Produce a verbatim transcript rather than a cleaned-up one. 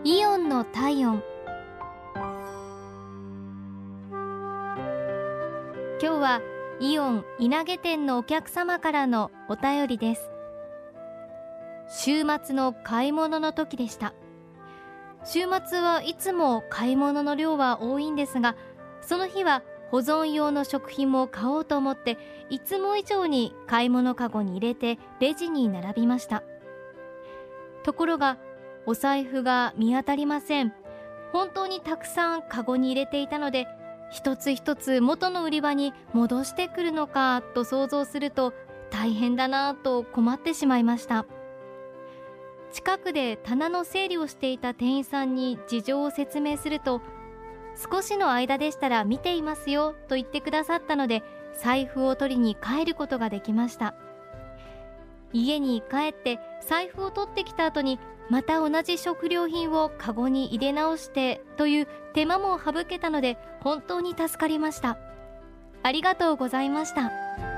イオンの体温。今日はイオン稲毛店のお客様からのお便りです。週末の買い物の時でした。週末はいつも買い物の量は多いんですが、その日は保存用の食品も買おうと思っていつも以上に買い物かごに入れてレジに並びました。ところがお財布が見当たりません。本当にたくさんかごに入れていたので、一つ一つ元の売り場に戻してくるのかと想像すると大変だなぁと困ってしまいました。近くで棚の整理をしていた店員さんに事情を説明すると、少しの間でしたら見ていますよと言ってくださったので、財布を取りに帰ることができました。家に帰って財布を取ってきた後にまた同じ食料品をカゴに入れ直してという手間も省けたので本当に助かりました。ありがとうございました。